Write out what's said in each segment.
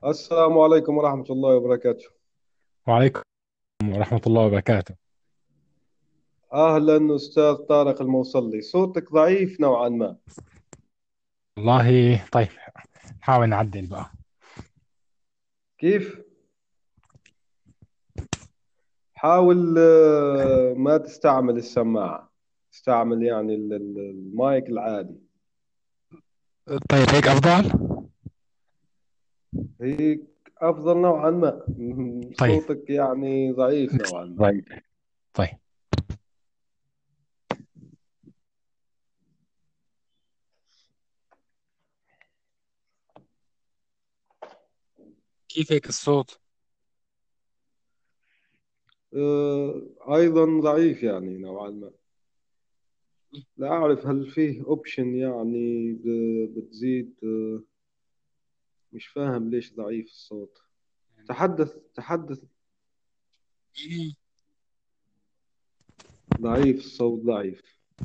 السلام عليكم ورحمة الله وبركاته. وعليكم ورحمة الله وبركاته. أهلا أستاذ طارق الموصلي، صوتك ضعيف نوعا ما. والله طيب، نحاول نعدل بقى. كيف؟ حاول ما تستعمل السماعة، استعمل يعني المايك العادي. طيب هيك أفضل. هيك أفضل نوعا ما. طيب. صوتك يعني ضعيف نوعا ما. طيب. طيب. كيف هيك الصوت؟ أيضا ضعيف يعني نوعا ما. لا أعرف هل فيه أوبشن يعني بتزيد. مش فاهم ليش ضعيف الصوت. تحدث تحدث. ضعيف الصوت ضعيف.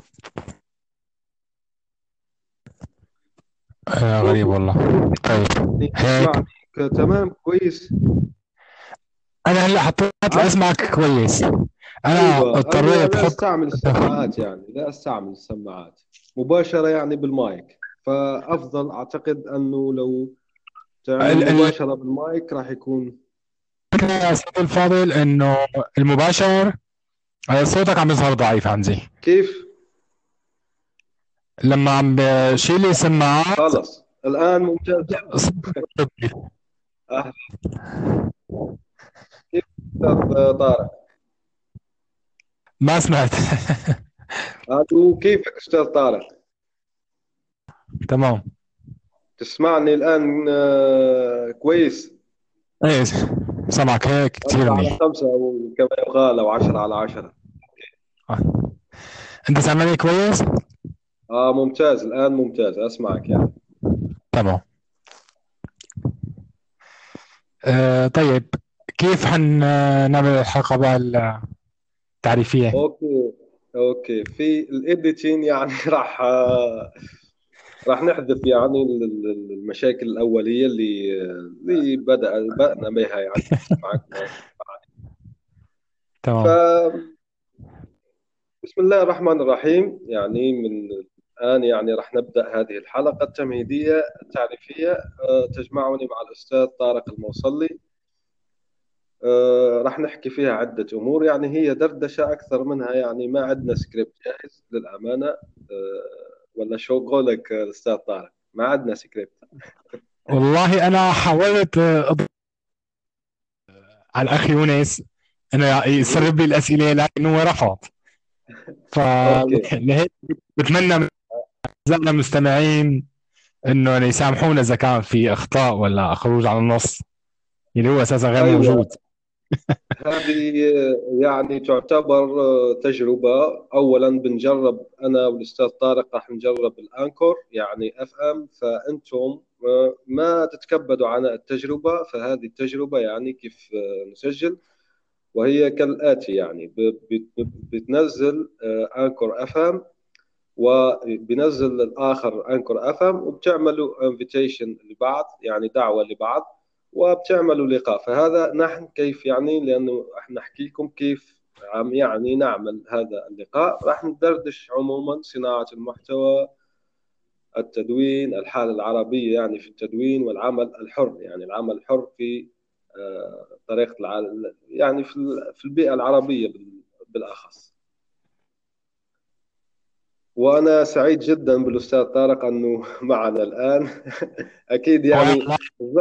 غريب صوته والله. طيب يعني هيك. أسمعك تمام كويس. أنا هلا حطيت عاد لأسمعك كويس. أنا أيوة أنا اضطريت لا أحط. أستعمل السماعات، يعني لا أستعمل السماعات مباشرة يعني بالمايك، فأفضل أعتقد أنه لو تعمل ال مباشرة بالمايك راح يكون. يا سيدي الفاضل إنه المباشر، صوتك عم يظهر ضعيف عندي. كيف؟ لما عم بشيل السماعات خلص الآن ممتاز جدا. صوتك ضعيف. أهلا. كيف أستاذ طارق؟ ما سمعت. ألو، كيفك أستاذ طارق؟ تمام. تسمعني الآن كويس؟ ايه، سامعك هيك كثير خمسة على منيح. خمسة أو كما يقال، أو 10 على 10. آه. انت سامعني كويس؟ ممتاز، الآن ممتاز أسمعك يعني. تمام. طيب، كيف نعمل الحلقة بقى التعريفية؟ أوكي. أوكي، في الإديتين يعني راح نحذف يعني المشاكل الأولية اللي بدأنا بها يعني معك. تمام. فبسم الله الرحمن الرحيم، يعني من الآن يعني راح نبدأ هذه الحلقة التمهيدية التعريفية. تجمعني مع الأستاذ طارق الموصلي. راح نحكي فيها عدة أمور، يعني هي دردشة أكثر منها، يعني ما عندنا سكريبت جاهز للأمانة. ولا شو قولك أستاذ طارق؟ ما عندنا سكريبت. والله أنا حاولت على الأخ يونس إنه مم. يسرب لي الأسئلة لكن هو رفض. أوكي. فلهيك بتمنى من أعزائنا المستمعين إنه يسامحونا إذا كان في أخطاء ولا خروج عن النص اللي هو أساسا غير أيوة. موجود. هذه يعني تعتبر تجربة. أولا بنجرب أنا والأستاذ طارق، راح نجرب الأنكور يعني اف ام، فأنتم ما تتكبدوا عن التجربة. فهذه التجربة يعني كيف نسجل، وهي كالآتي يعني بتنزل أنكور اف ام، وبنزل الآخر أنكر أفهم، وبتعملوا انفيتيشن لبعض يعني دعوة لبعض، وبتعملوا لقاء. فهذا نحن كيف يعني، لأنه احنا نحكي لكم كيف عم يعني نعمل هذا اللقاء. راح ندردش عموما صناعة المحتوى، التدوين، الحالة العربية يعني في التدوين، والعمل الحر يعني العمل الحر في طريقة يعني في البيئة العربية بالأخص. وأنا سعيد جدا بالأستاذ طارق أنه معنا الآن. أكيد يعني.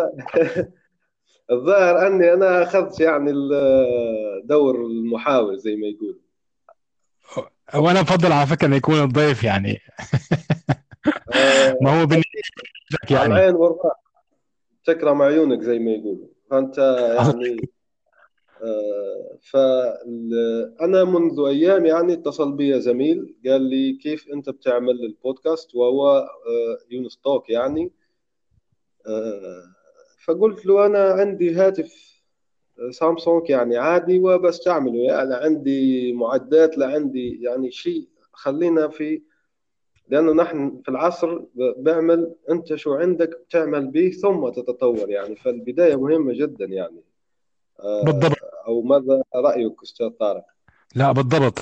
الظاهر أني أنا أخذت يعني دور المحاور زي ما يقول. وانا بفضل على فكره انه يكون الضيف يعني. ما هو بالنسبه لك على يعني. العين والرأس، تكرم عيونك زي ما يقولوا. فأنت يعني فأنا منذ أيام يعني اتصل بي زميل قال لي كيف أنت بتعمل البودكاست، وهو يونس توك يعني. آه، فقلت له أنا عندي هاتف سامسونج يعني عادي وبستعمله، يعني عندي معدات، لا عندي يعني شيء. خلينا في لأنه نحن في العصر بعمل أنت شو عندك بتعمل به ثم تتطور يعني. فالبداية مهمة جدا يعني. بالضبط. أو ماذا رأيك أستاذ طارق؟ لا بالضبط.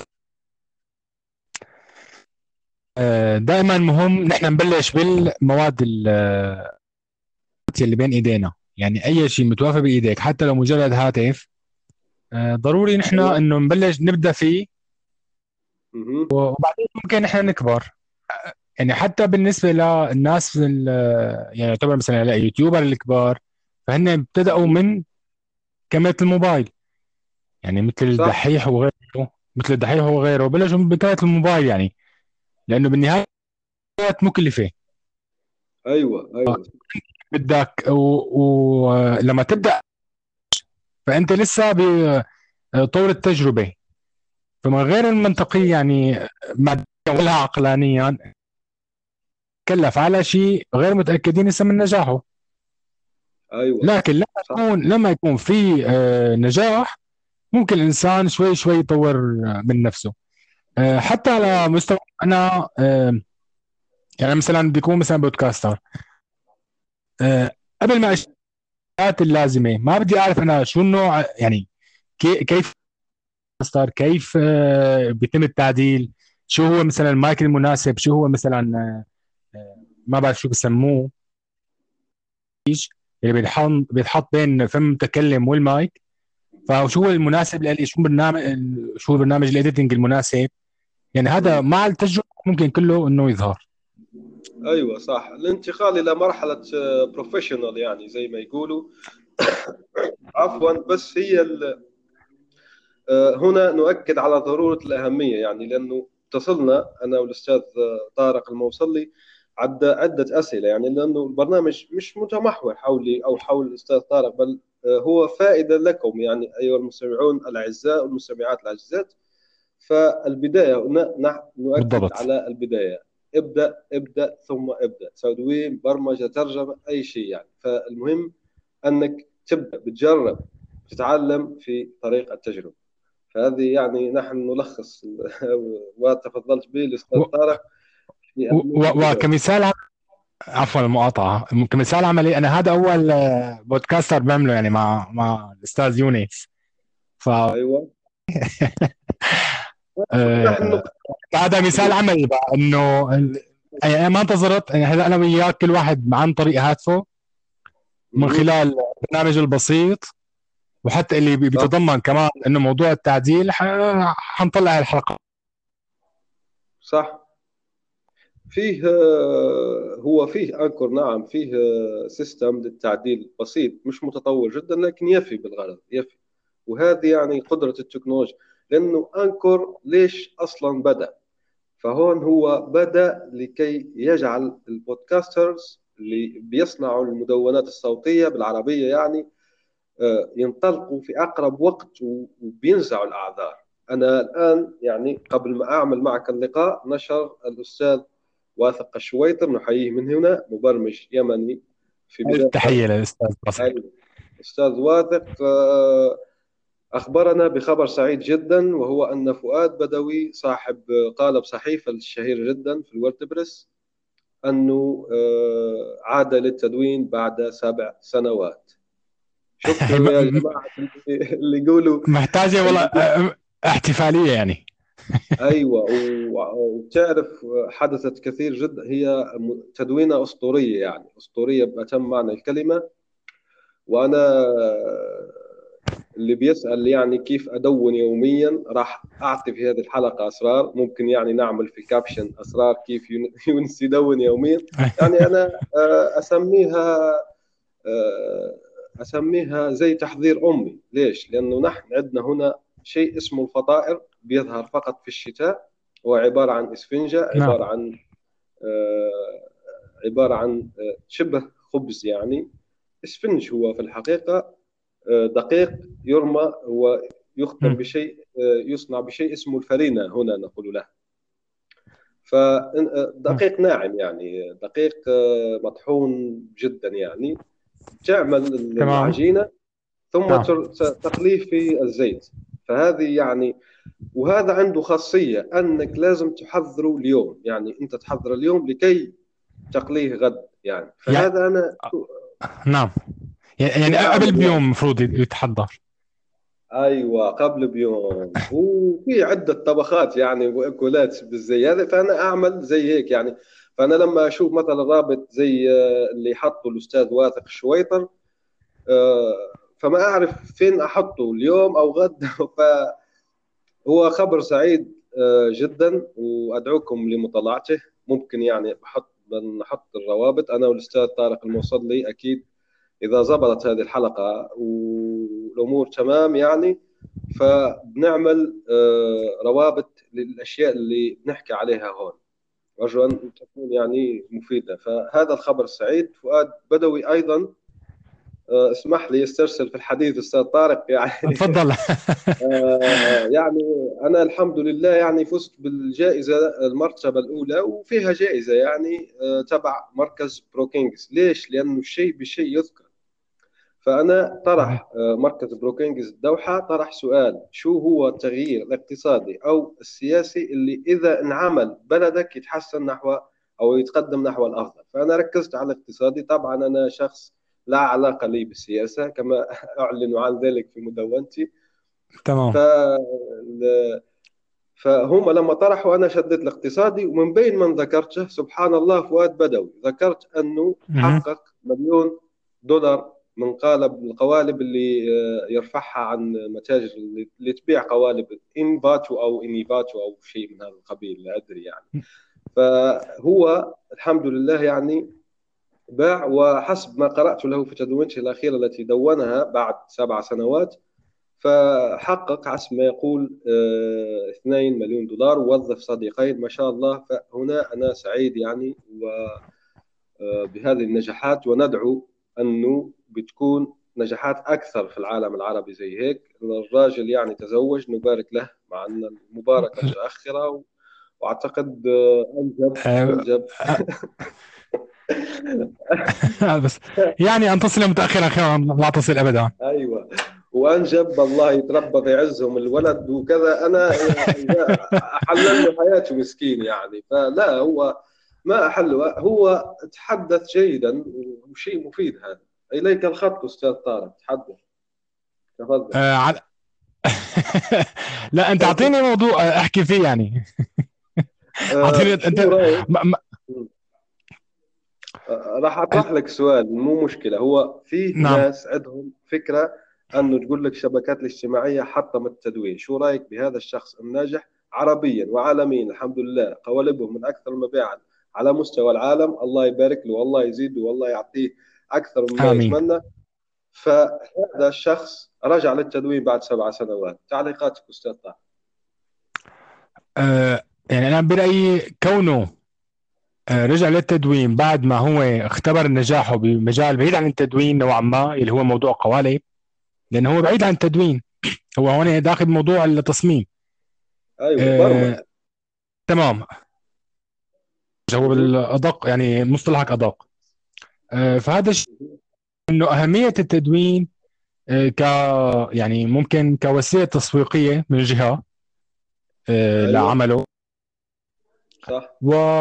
دائما مهم نحن نبلش بالمواد اللي بين ايدينا، يعني اي شيء متوافر بايديك حتى لو مجرد هاتف، ضروري نحن أيوة. انه نبلش نبدا فيه، مهم. وبعدين ممكن نحن نكبر. يعني حتى بالنسبه للناس يعني يعتبر مثلا اليوتيوبر الكبار، فهن ابتدأوا مهم. من كاميرا الموبايل، يعني مثل صح. الدحيح وغيره. مثل الدحيح وغيره بلشوا بكاميرا الموبايل، يعني لانه بالنهايه مكلفه. أيوة أيوة. بدك ولما تبدا فانت لسه بطور التجربه، فمن غير المنطقي يعني ماديا ولا عقلانيا كلف على شيء غير متاكدين لسه من نجاحه. أيوة. لكن صح. لما يكون في نجاح، ممكن الانسان شوي شوي يطور من نفسه. حتى على أيوة. مستوى انا، يعني مثلا بدي يكون مثلا بودكاستر، قبل ما الاشياء اللازمه ما بدي اعرف انا شو النوع، يعني كيف صار، كيف بيتم التعديل، شو هو مثلا المايك المناسب، شو هو مثلا ما بعرف شو بسموه، اللي بيتحط بين فم المتكلم والمايك. فشو هو المناسب لي، شو برنامج الايديتنج المناسب. يعني هذا مم. مع التجربه ممكن كله انه يظهر. أيوة صح. الانتقال إلى مرحلة بروفيشنال يعني زي ما يقولوا. عفوا. بس هي هنا نؤكد على ضرورة الأهمية يعني. لأنه اتصلنا أنا والأستاذ طارق الموصلي عدة أسئلة يعني. لأنه البرنامج مش متمحور حولي أو حول الأستاذ طارق، بل هو فائدة لكم يعني أيها المستمعون الأعزاء والمستمعات الأعزاء. فالبداية نؤكد بالضبط. على البداية. ابدأ ابدأ ثم ابدأ. تدوين، برمجة، ترجمة، أي شيء يعني. فالمهم أنك تبدأ بتجرب، تتعلم في طريق التجربة. فهذه يعني نحن نلخص وتفضلت به الأستاذ و- طارق في أهمية البداية. وكمثال عفوا المقاطعة، كمثال عملي، أنا هذا أول بودكاستر بعمله يعني مع الأستاذ يونس. ف أيوة. آه، نحن هذا مثال عملي بقى إنه يعني أنا ما انتظرت، يعني هلا أنا وياك كل واحد عن طريق هاتفه من مهم. خلال البرنامج البسيط، وحتى اللي صح. بيتضمن كمان إنه موضوع التعديل حنطلع الحلقة. صح. فيه هو فيه أنكر، نعم فيه سيستم للتعديل بسيط مش متطور جدا لكن يفي بالغرض يفي. وهذه يعني قدرة التكنولوجيا. لأنه أنكر ليش أصلا بدأ؟ فهون هو بدأ لكي يجعل البودكاسترز اللي بيصنعوا المدونات الصوتية بالعربية يعني ينطلقوا في أقرب وقت وبينزعوا الأعذار. أنا الآن يعني قبل ما أعمل معك اللقاء نشر الأستاذ واثق الشويطر، نحييه من هنا، مبرمج يمني في ألف بداية تحية طريق. للأستاذ باسل. أيوة. أستاذ واثق أخبرنا بخبر سعيد جدا، وهو أن فؤاد بدوي صاحب قالب صحيفة الشهير جدا في الوردبريس أنه عاد للتدوين بعد 7 سنوات. شفتوا يا جماعة اللي يقولوا. محتاجة والله اللي يقول احتفالية يعني. أيوة. وتعرف حدثت كثير جدا. هي تدوينة أسطورية يعني، أسطورية بأتم معنى الكلمة. وأنا اللي بيسأل يعني كيف أدون يوميا راح أعطي في هذه الحلقة أسرار. ممكن يعني نعمل في كابشن أسرار كيف يونس يدون يوميا. يعني أنا أسميها أسميها زي تحضير أمي. ليش؟ لأنه نحن عندنا هنا شيء اسمه الفطائر بيظهر فقط في الشتاء. هو عبارة عن إسفنجة، نعم. عبارة عن شبه خبز يعني. إسفنج هو في الحقيقة دقيق يرمى ويختم مم. بشيء يصنع بشيء اسمه الفرينة هنا نقول له. فدقيق ناعم يعني، دقيق مطحون جدا يعني. تعمل تمام. العجينة ثم نعم. تقليه في الزيت. فهذه يعني، وهذا عنده خاصية أنك لازم تحضره اليوم، يعني أنت تحضر اليوم لكي تقليه غد يعني. يعني فهذا أنا نعم، يعني شو قبل أعمل بيوم يعني. المفروض يتحضر. أيوة قبل بيوم، وفي عدة طبخات يعني وأكلات بالزي هذا، فأنا أعمل زي هيك يعني. فأنا لما أشوف مثلا رابط زي اللي حطه الأستاذ واثق الشويطر، آه، فما أعرف فين أحطه اليوم أو غد فهو خبر سعيد جدا، وأدعوكم لمطالعته. ممكن يعني بنحط الروابط أنا والأستاذ طارق الموصلي أكيد، إذا زبطت هذه الحلقة والأمور تمام يعني، فبنعمل روابط للأشياء اللي بنحكي عليها هون. أرجو أن تكون يعني مفيدة. فهذا الخبر السعيد. فؤاد بدوي أيضا اسمح لي استرسل في الحديث أستاذ طارق يعني. تفضل. يعني أنا الحمد لله يعني فزت بالجائزة المرتبة الأولى، وفيها جائزة يعني تبع مركز بروكينجز. ليش؟ لأنه الشيء بشيء يذكر. فأنا طرح مركز بروكينجز الدوحة طرح سؤال: شو هو التغيير الاقتصادي أو السياسي اللي إذا انعمل بلدك يتحسن نحو أو يتقدم نحو الأفضل؟ فأنا ركزت على الاقتصادي. طبعا أنا شخص لا علاقة لي بالسياسة كما أعلن عن ذلك في مدونتي. ف تمام. فهم لما طرحوا أنا شديت الاقتصادي، ومن بين من ذكرته سبحان الله فؤاد بدوي. ذكرت أنه مهم. حقق $1,000,000 من القوالب اللي يرفعها عن متاجر اللي تبيع قوالب إنفاتو أو إنيفاتو أو شيء من هذا القبيل، لا أدري يعني. فهو الحمد لله يعني باع، وحسب ما قرأت له في تدوينته الأخيرة التي دونها بعد 7 سنوات، فحقق حسب ما يقول $2,000,000 ووظف صديقين ما شاء الله. فهنا أنا سعيد يعني بهذه النجاحات، وندعو أنه بتكون نجاحات أكثر في العالم العربي زي هيك. الراجل يعني تزوج، نبارك له مع أن المباركة متأخرة، وأعتقد آه، أنجب. بس يعني ان تصل متاخرا خير من لا تصل ابدا. ايوه، وانجب الله يتربى يعزهم الولد وكذا. انا يعني احلل له حياته مسكين يعني. فلا، هو ما احله، هو تحدث جيدا وشيء مفيد. هذا اليك الخط استاذ طارق، تحدث تفضل. على لا انت اعطيني موضوع احكي فيه يعني. اعطيني شو انت. رايك؟ ما... ما... راح اطرح لك سؤال، مو مشكله. هو في نعم. ناس عندهم فكره انه تقول لك الشبكات الاجتماعيه حطمت التدوين. شو رايك بهذا الشخص الناجح عربيا وعالميا؟ الحمد لله قوالبه من اكثر المبيعات على مستوى العالم. الله يبارك له والله يزيده والله يعطيه اكثر مما امين. يتمنى. فهذا الشخص رجع للتدوين بعد 7 سنوات. تعليقاتك استاذ طه؟ يعني انا برايي كونه رجع للتدوين بعد ما هو اختبر نجاحه بمجال بعيد عن التدوين نوعا ما اللي هو موضوع قوالب، لانه هو بعيد عن التدوين، هو هون داخل موضوع التصميم. ايوه آه، برمجه. تمام. هو مه. بالادق يعني مصطلحك ادق. فهذا الشيء مه. انه اهميه التدوين ك يعني ممكن كوسيله تسويقيه من جهه ايوه لعمله، صح.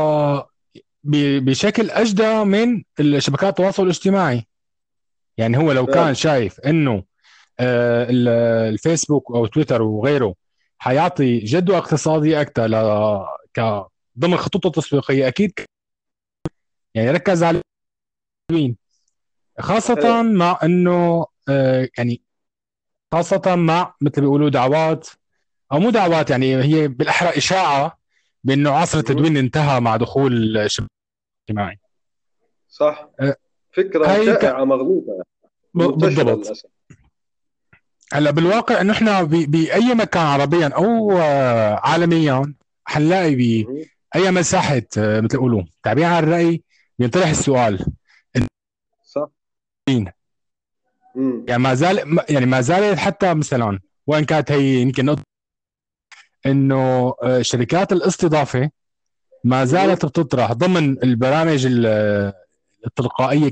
وبشكل اجدى من شبكات التواصل الاجتماعي. يعني هو لو كان فعلا. شايف انه الفيسبوك او تويتر وغيره حيعطي جدوى اقتصاديه اكثر ضمن خطوطه التسويقيه، اكيد يعني ركز على التدوين، خاصه صحيح. مع انه يعني خاصه مع مثل بيقولوا دعوات او مو دعوات، يعني هي بالاحرى اشاعه بانه عصر مه. التدوين انتهى مع دخول الشبكه الاجتماعي. صح. آه، فكرة هاي شائعة مغلوطة ومنتشرة بالضبط. للأسف. هلا بالواقع انه احنا باي مكان عربيا او عالميا حنلاقي مه. باي مساحه مثل يقولوا تعبير عن الراي بينطرح السؤال صح. الدين. مم. يعني ما زالت حتى مثلا، وان كانت هي يمكن نقطه انه شركات الاستضافه ما مه. زالت بتطرح ضمن البرامج التلقائيه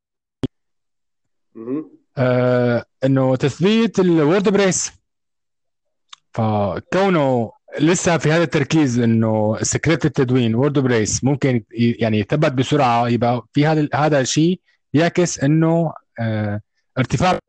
مه. انه تثبيت الوورد بريس. فكونه لسه في هذا التركيز انه سكريبت التدوين وورد بريس ممكن يعني يثبت بسرعه، يبقى في هذا الشيء يعكس انه ارتفاع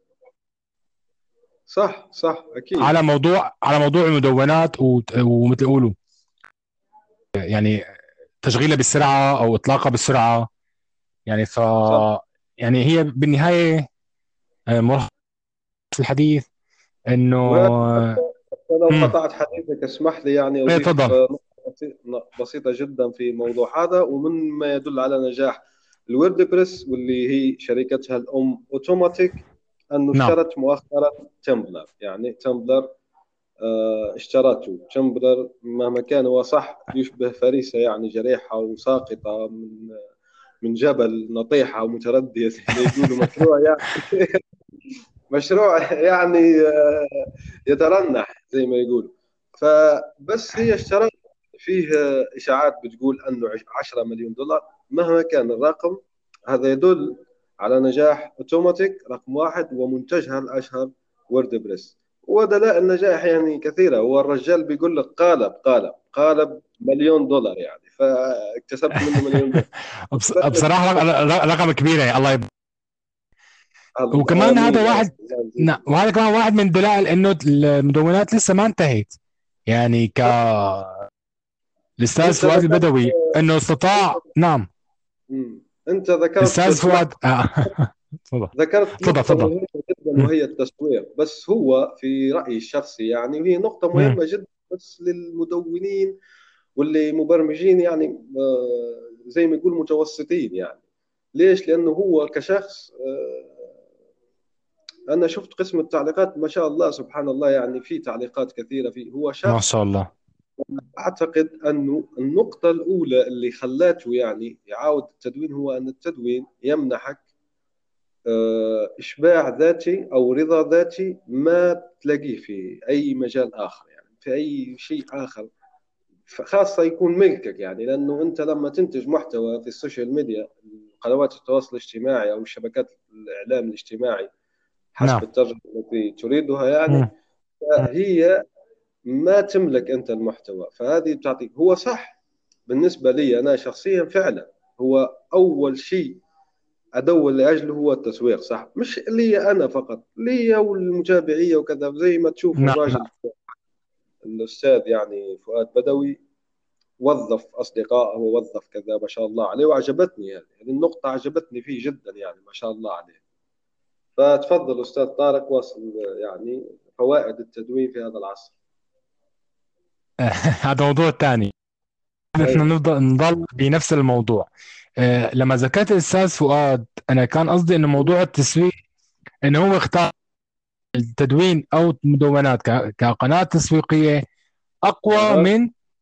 صح صح اكيد. على موضوع المدونات، ومثل يقولوا يعني تشغيلها بالسرعه او اطلاقها بالسرعه. يعني صح. يعني هي بالنهايه ملخص الحديث انه وهذا لو امم قطعت حديثك اسمح لي يعني ايه أضيف تفضل. نقطة بسيطة جدا في موضوع هذا، ومن ما يدل على نجاح الوردبريس واللي هي شركتها الأم أوتوماتيك، أنه نعم. اشترت مؤخرا تمبلر. يعني تمبلر اشترته. تمبلر مهما كان هو صح يشبه فريسة يعني جريحة وساقطة من جبل نطيحة ومتردية زي ما يقولوا، مشروع يعني مشروع يعني يترنح زي ما يقولوا. فبس هي اشترت فيه إشاعات بتقول أنه 10 مليون دولار. مهما كان الرقم، هذا يدل على نجاح أوتوماتيك رقم واحد ومنتجها الأشهر ووردبريس. ودلائل النجاح يعني كثيرة. هو الرجال بيقول لك قالب مليون دولار يعني، فاكتسبت منه مليون دولار. بصراحه رقم كبير يعني، الله وكمان هذا آمين يا رب، واحد. الله نعم، يزيدك. وهذا كمان واحد من دلائل انه المدونات لسه ما انتهت. يعني الاستاذ انت فؤاد ذكرت البدوي انه انت استطاع. نعم. انت ذكرت الاستاذ اسمح، فؤاد تفضل. ذكرت تفضل نقطة تفضل. مهمة جدا مم. وهي التسويق. بس هو في رأيي الشخصي يعني، وهي نقطة مم. مهمة جدا بس للمدونين واللي مبرمجين يعني، زي ما يقول متوسطين يعني. ليش؟ لأنه هو كشخص، أنا شفت قسم التعليقات ما شاء الله سبحان الله، يعني في تعليقات كثيرة فيه. هو ما شخص شاء الله. أعتقد أنه النقطة الأولى اللي خلاته يعني يعاود التدوين هو أن التدوين يمنحك إشباع ذاتي أو رضا ذاتي ما تلاقيه في أي مجال آخر، يعني في أي شيء آخر خاصة يكون ملكك. يعني لأنه أنت لما تنتج محتوى في السوشيال ميديا، قنوات التواصل الاجتماعي أو شبكات الإعلام الاجتماعي حسب نعم. الترجمة التي تريدها يعني، مم. مم. هي ما تملك أنت المحتوى. فهذه بتعطيك، هو صح بالنسبة لي أنا شخصيا فعلا هو أول شيء ادور لاجله هو التسويق. صح، مش لي انا فقط، لي والمتابعيه وكذا. زي ما تشوف نعم. الراجل نعم. الاستاذ يعني فؤاد بدوي وظف اصدقائه ووظف كذا، ما شاء الله عليه. وعجبتني هذه النقطه، عجبتني فيه جدا يعني، ما شاء الله عليه. فتفضل استاذ طارق، واصل يعني فوائد التدوين في هذا العصر. هذا موضوع ثاني. نحن ايوه. نضل بنفس الموضوع. لما ذكرت الاستاذ فؤاد، انا كان قصدي انه موضوع التسويق، انه هو اختار التدوين او المدونات كقناه تسويقيه اقوى اها.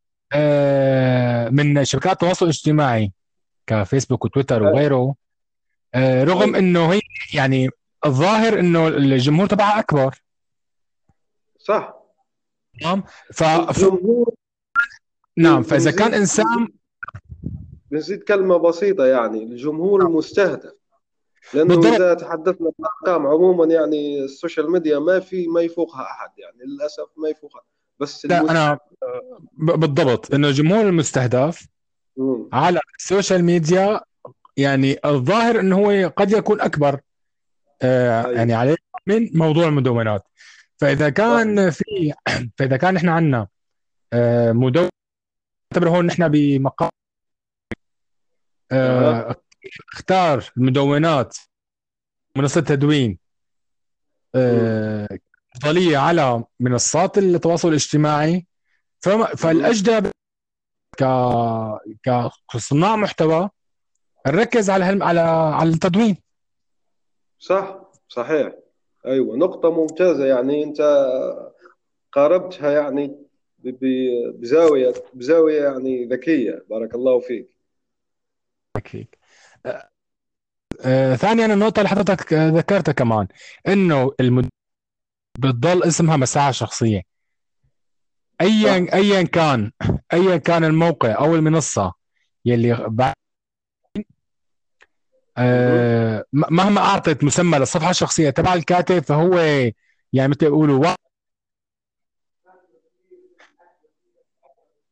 من شبكات التواصل الاجتماعي كفيسبوك وتويتر وغيره. رغم ايوه. انه هي يعني الظاهر انه الجمهور تبعها اكبر. صح. تمام. الجمهور، نعم، فاذا كان بنزيد انسان. بنزيد كلمه بسيطه يعني، الجمهور المستهدف. لانه بالضبط. اذا تحدثنا بالارقام عموما يعني، السوشيال ميديا ما يفوقها احد يعني، للاسف ما يفوقها. بس لا، انا بالضبط انه الجمهور المستهدف مم. على السوشيال ميديا، يعني الظاهر انه هو قد يكون اكبر ايوه. يعني عليه من موضوع المدونات. فاذا صح. كان في فاذا كان احنا عندنا مدون، نعتبر هون نحن بمقام اها. اختار المدونات منصة تدوين مم. أفضلية على منصات التواصل الاجتماعي. مم. فالأجدى ك كصناع محتوى نركز على التدوين. صح صحيح. ايوه، نقطة ممتازة يعني. انت قاربتها يعني بزاوية يعني ذكية، بارك الله فيك. أكيد. ثانيا، النقطة اللي حضرتك ذكرتها كمان، إنه بتضل اسمها مساحة شخصية. صح. أيا كان الموقع أو المنصة يلي مهم. مهما أعطت مسمى للصفحة الشخصية تبع الكاتب، فهو يعني مثل يقولوا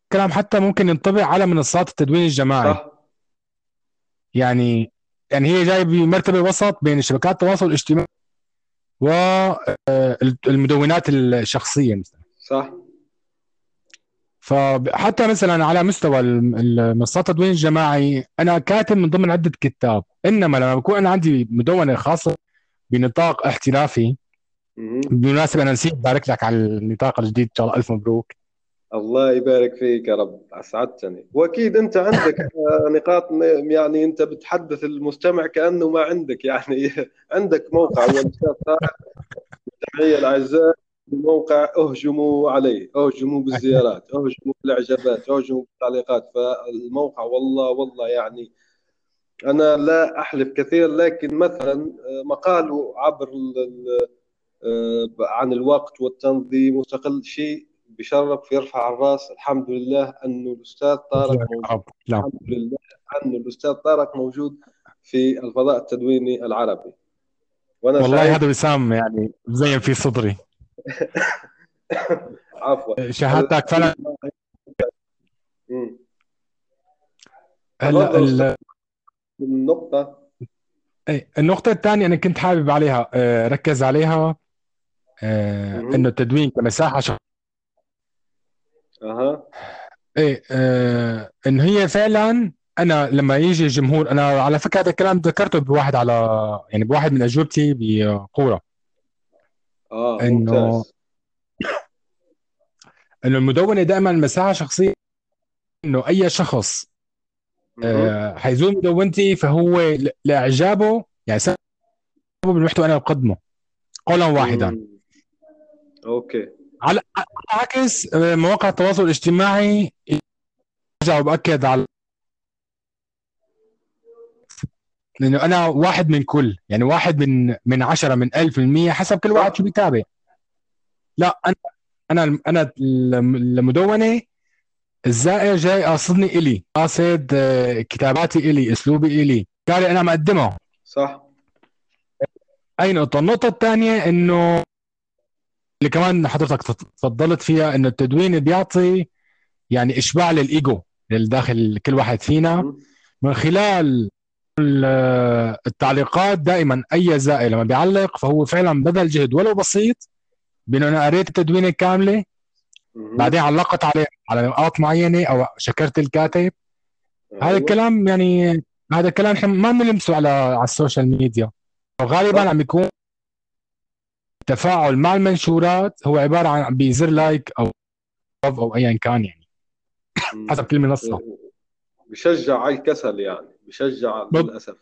كلام حتى ممكن ينطبق على منصات التدوين الجماعي. صح. يعني هي جاي بمرتبة وسط بين شبكات التواصل الاجتماعي والمدونات الشخصية مثلا. صح. فحتى مثلا على مستوى منصات التدوين الجماعي انا كاتب من ضمن عدة كتاب، انما لما بكون انا عندي مدونة خاصة بنطاق احترافي، مهم. بالمناسبة انا نسيت بارك لك على النطاق الجديد، ان شاء الله الف مبروك. الله يبارك فيك يا رب، أسعدتني. وأكيد أنت عندك نقاط يعني أنت بتحدث المستمع كأنه ما عندك يعني. عندك موقع هو الأستاذ طارق. مستمعي الأعزاء، الموقع اهجموا عليه، اهجموا بالزيارات، اهجموا بالاعجابات، اهجموا بالتعليقات. فالموقع والله والله يعني انا لا احلف كثير، لكن مثلا مقاله عبر عن الوقت والتنظيم مستقل شيء بشرف يرفع الراس. الحمد لله انه الاستاذ تسلم طارق يا موجود. رب، تسلم. الحمد لله انه الاستاذ طارق موجود في الفضاء التدويني العربي، وانا والله سعيد. هذا وسام يعني زين في صدري. عفوا. انا شهادتك سعيد. فعلا. هلا تفضل استاذ النقطة. النقطة الثانية أنا كنت حابب عليها ركز عليها، إنه مهم. التدوين كمساحة اها. إيه إنه هي فعلا. أنا لما يجي جمهور، أنا على فكرة هذا الكلام ذكرته بواحد على، يعني بواحد من أجوبتي بقورة، اه إنه ممتاز. المدونة دائما مساحة شخصية. إنه أي شخص مهم. حيزور مدونتي فهو لإعجابه، يعني سبب بالمحتوى أنا بقدمه قولا واحدا. مم. اوكي. على عكس مواقع التواصل الاجتماعي، برجع وبأكد على انه انا واحد من كل، يعني واحد من 10 من 1000% حسب كل واحد شو صح. بيتابع. لا انا المدونه الزائر جاي قاصدني الي، قاصد كتاباتي الي، اسلوبي الي، بالتالي انا مقدمه. صح. اي نقطه. النقطه الثانيه انه اللي كمان حضرتك تفضلت فيها، انه التدوين بيعطي يعني اشباع للايجو اللي داخل كل واحد فينا مهم. من خلال التعليقات. دائما اي زائر لما بيعلق فهو فعلا بذل جهد ولو بسيط، بانه انا قريت التدوينه كامله، بعدين مهم. علقت على نقاط معينه او شكرت الكاتب. هذا ايوه. الكلام يعني هذا الكلام نحن ما بنلمسه على السوشيال ميديا. وغالبا صح. عم يكون التفاعل مع المنشورات هو عباره عن بزر لايك او love او ايا كان، يعني مم. حسب كل منصه. بشجع على الكسل يعني، بشجع بال- للاسف.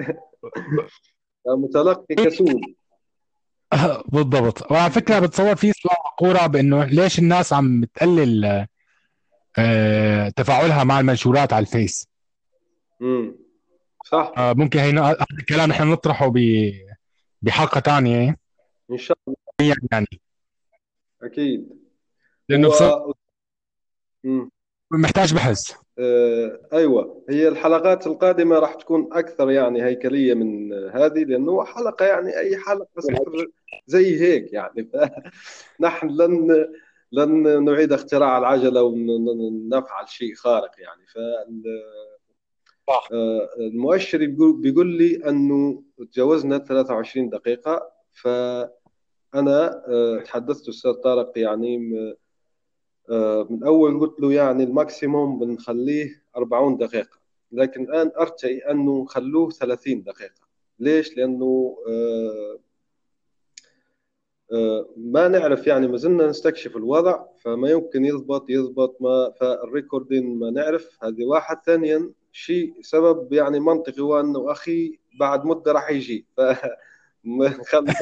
متلقي كسول. بالضبط. وعلى فكره بتصور في سؤال مقوره بانه ليش الناس عم بتقلل تفاعلها مع المنشورات على الفيس. مم. صح. ممكن هذا الكلام نحن نطرحه بحلقة تانية ان شاء الله. يعني، اكيد. لأنه بصراحة هو مم. محتاج بحث. ايوه، هي الحلقات القادمه راح تكون اكثر يعني هيكليه من هذه، لانه حلقه يعني اي حلقه صفر زي هيك يعني. نحن لن نعيد اختراع العجله ونفعل شيء خارق يعني. صح. فالمؤشر بيقول لي انه تجاوزنا 23 دقيقه. فانا تحدثت استاذ طارق يعني من أول قلت له يعني الماكسيموم بنخليه 40 دقيقة، لكن الآن أرتئي أنه نخلوه 30 دقيقة. ليش؟ لأنه ما نعرف يعني، ما زلنا نستكشف الوضع، فما يمكن يضبط ما فالريكوردين ما نعرف. هذه واحد. ثانيا شيء سبب يعني منطقي هو أنه أخي بعد مدة راح يجي خل...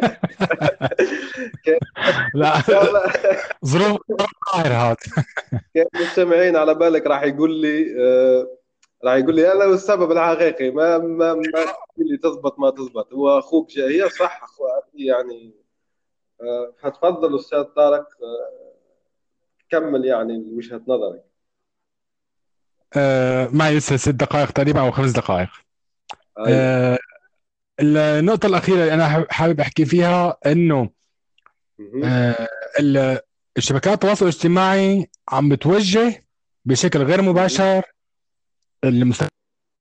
كيف؟ لا والله ظروف قاهر هذا. كان مستمعين على بالك راح يقول لي راح يقول لي هذا هو السبب الحقيقي. ما تقول لي تزبط ما تزبط، هو اخوك جاي، هي صح اخو أخي يعني. فتفضل استاذ طارق، كمل يعني وجهة نظرك. معي لسه 6 دقائق تقريبا أو 5 دقائق. ايوه. آه، النقطة الأخيرة اللي أنا حابب أحكي فيها إنه مهم. آه، ال- الشبكات التواصل الاجتماعي عم بتوجه بشكل غير مهم. مباشر المستهدف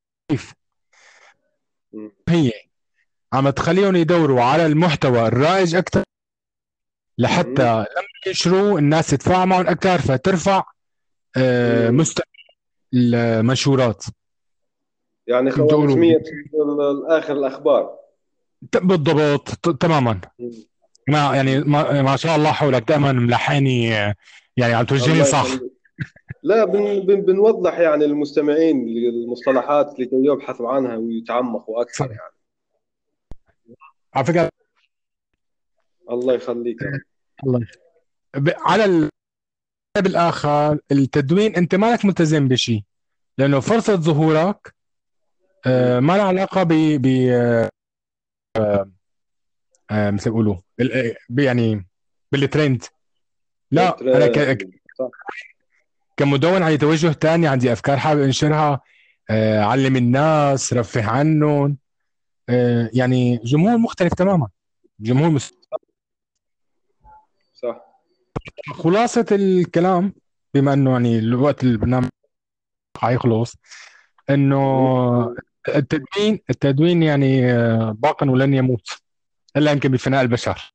مم. هي عم تخليهم يدوروا على المحتوى الرائج اكثر، لحتى مهم. لما ينشروا الناس تتفاعل معهم اكثر، فترفع مم. مستوى المنشورات. يعني كيف بدي اقولوا؟ خوارزمية آخر الأخبار. بالضبط، تماما. مم. ما يعني مم. ما شاء الله حولك دائما ملحقني، يعني عم توجهني الله صح. يخليك. لا، بنوضح يعني للمستمعين المصطلحات لكي يبحثوا عنها ويتعمقوا صح. أكثر يعني. على فكره، الله يخليك يا رب. الله على الجانب الاخر التدوين انت مالك ملتزم بشيء، لانه فرصه ظهورك مم. ما لها علاقه ب مثل ما بيقولوا يعني بالترند. لا، انا بالترند. صح. كمدون عندي توجه تاني، عندي افكار حابب انشرها، علم الناس، رفه عنهم، يعني جمهور مختلف تماما، جمهور صح. خلاصة الكلام، بما انه يعني الوقت البرنامج حيخلص، انه مهم. التدوين يعني باق ولن يموت الا يمكن بفناء البشر.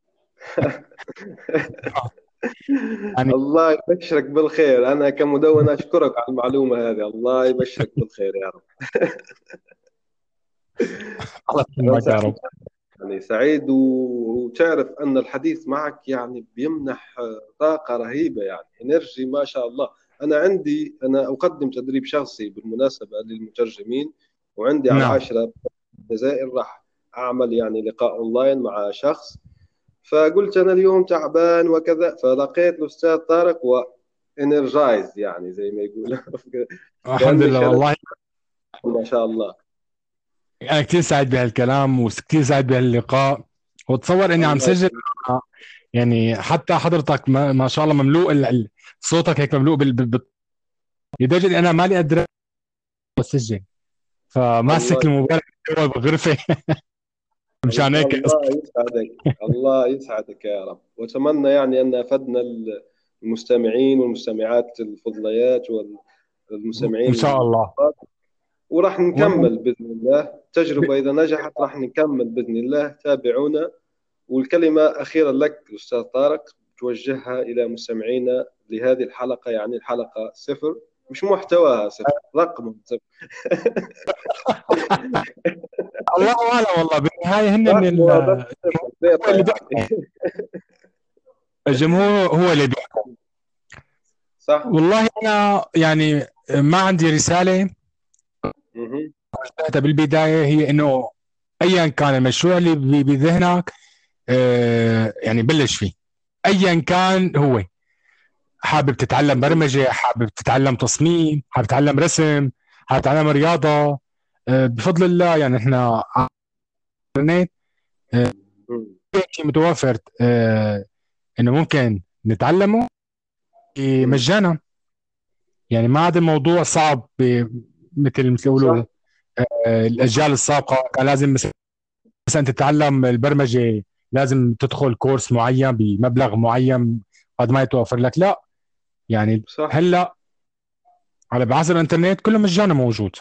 يعني الله يبشرك بالخير. أنا كمدون أشكرك على المعلومة هذه. الله يبشرك بالخير يا رب. الله أنا يسلمك يا سعيد، رب. يعني سعيد وتعرف أن الحديث معك يعني بيمنح طاقة رهيبة، يعني إنرجي ما شاء الله. أنا أقدم تدريب شخصي بالمناسبة للمترجمين، وعندي على نعم. 10 الجزائر راح أعمل يعني لقاء أونلاين مع شخص. فقلت أنا اليوم تعبان وكذا، فلقيت الأستاذ طارق وإنرجايز يعني زي ما يقول. الحمد كأني لله شربت. والله. ما شاء الله. انا كثير سعيد بهالكلام وكثير سعيد بهاللقاء، وتصور اني عم الله سجل يسلمك. يعني حتى حضرتك ما شاء الله مملوء صوتك هيك مملوء لدرجه اني انا مالي قادر اسجل، فماسك الله الموبايل جوا بغرفه. مشان هيك الله يسعدك. الله يسعدك يا رب. وأتمنى يعني أن أفدنا المستمعين والمستمعات الفضليات ان والمستمعين شاء الله. وراح وانا نكمل بإذن الله التجربة. إذا نجحت راح نكمل بإذن الله. تابعونا. والكلمة أخيرا لك أستاذ طارق توجهها إلى مستمعينا لهذه الحلقة، يعني الحلقة صفر، مش محتواها صفر، رقم صفر. الله اعلم والله، بالنهايه هن رقمها بس صفر، هو بيضة اللي يعني. بيحكم، الجمهور هو اللي بيحكم. صح. والله انا يعني ما عندي رساله مهم. وجهتها بالبدايه، هي انه ايا كان المشروع اللي بذهنك، يعني بلش فيه، ايا كان هو. حابب تتعلم مهم. برمجه، حابب تتعلم تصميم، حابب تتعلم رسم، حابب تتعلم رياضه، بفضل الله يعني احنا على الانترنت مهم. شيء متوفر، انه ممكن نتعلمه مهم. مجانا. يعني ما عاد الموضوع صعب، مثل يقولوا صح. الاجيال السابقه كان لازم مثلا تتعلم البرمجه، لازم تدخل كورس معين بمبلغ معين، قد ما يتوفر لك. لا، يعني صح. هلا على بعصر الانترنت كله مجانا موجود.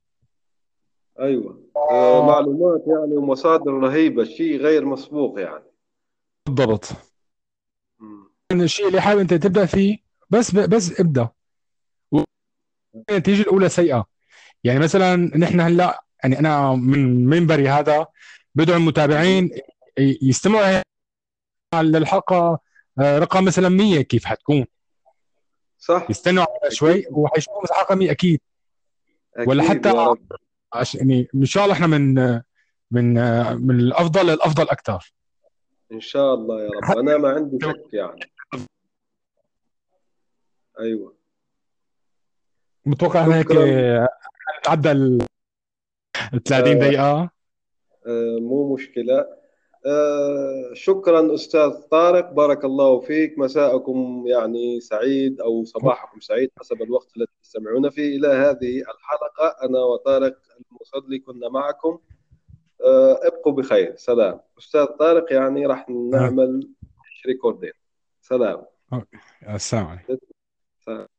ايوه. معلومات يعني ومصادر رهيبه، شيء غير مسبوق يعني. بالضبط. مم. الشيء اللي حابب انت تبدا فيه، بس ابدا. والنتيجه الاولى سيئه. يعني مثلا نحن هلا، يعني انا من منبري هذا بدعو مم. المتابعين يستمعوا للحلقه رقم مثلا 100 كيف حتكون، صح. يستنوا عليها شوي اكيد. وحيشوفوا مثلا حلقه 100 اكيد. ولا اكيد حتى يا رب. يعني ان شاء الله احنا من الافضل للافضل اكثر. ان شاء الله يا رب، انا ما عندي شك يعني. ايوه. متوقع احنا هيك شكرا. تعدى ال 30 آه دقيقه. مو مشكله. شكرا استاذ طارق، بارك الله فيك. مساءكم يعني سعيد او صباحكم سعيد حسب الوقت الذي تستمعون فيه الى هذه الحلقه. انا وطارق المصلي كنا معكم. ابقوا بخير. سلام أستاذ طارق. يعني راح آه. نعمل ريكوردين. سلام. السلام عليكم. سلام.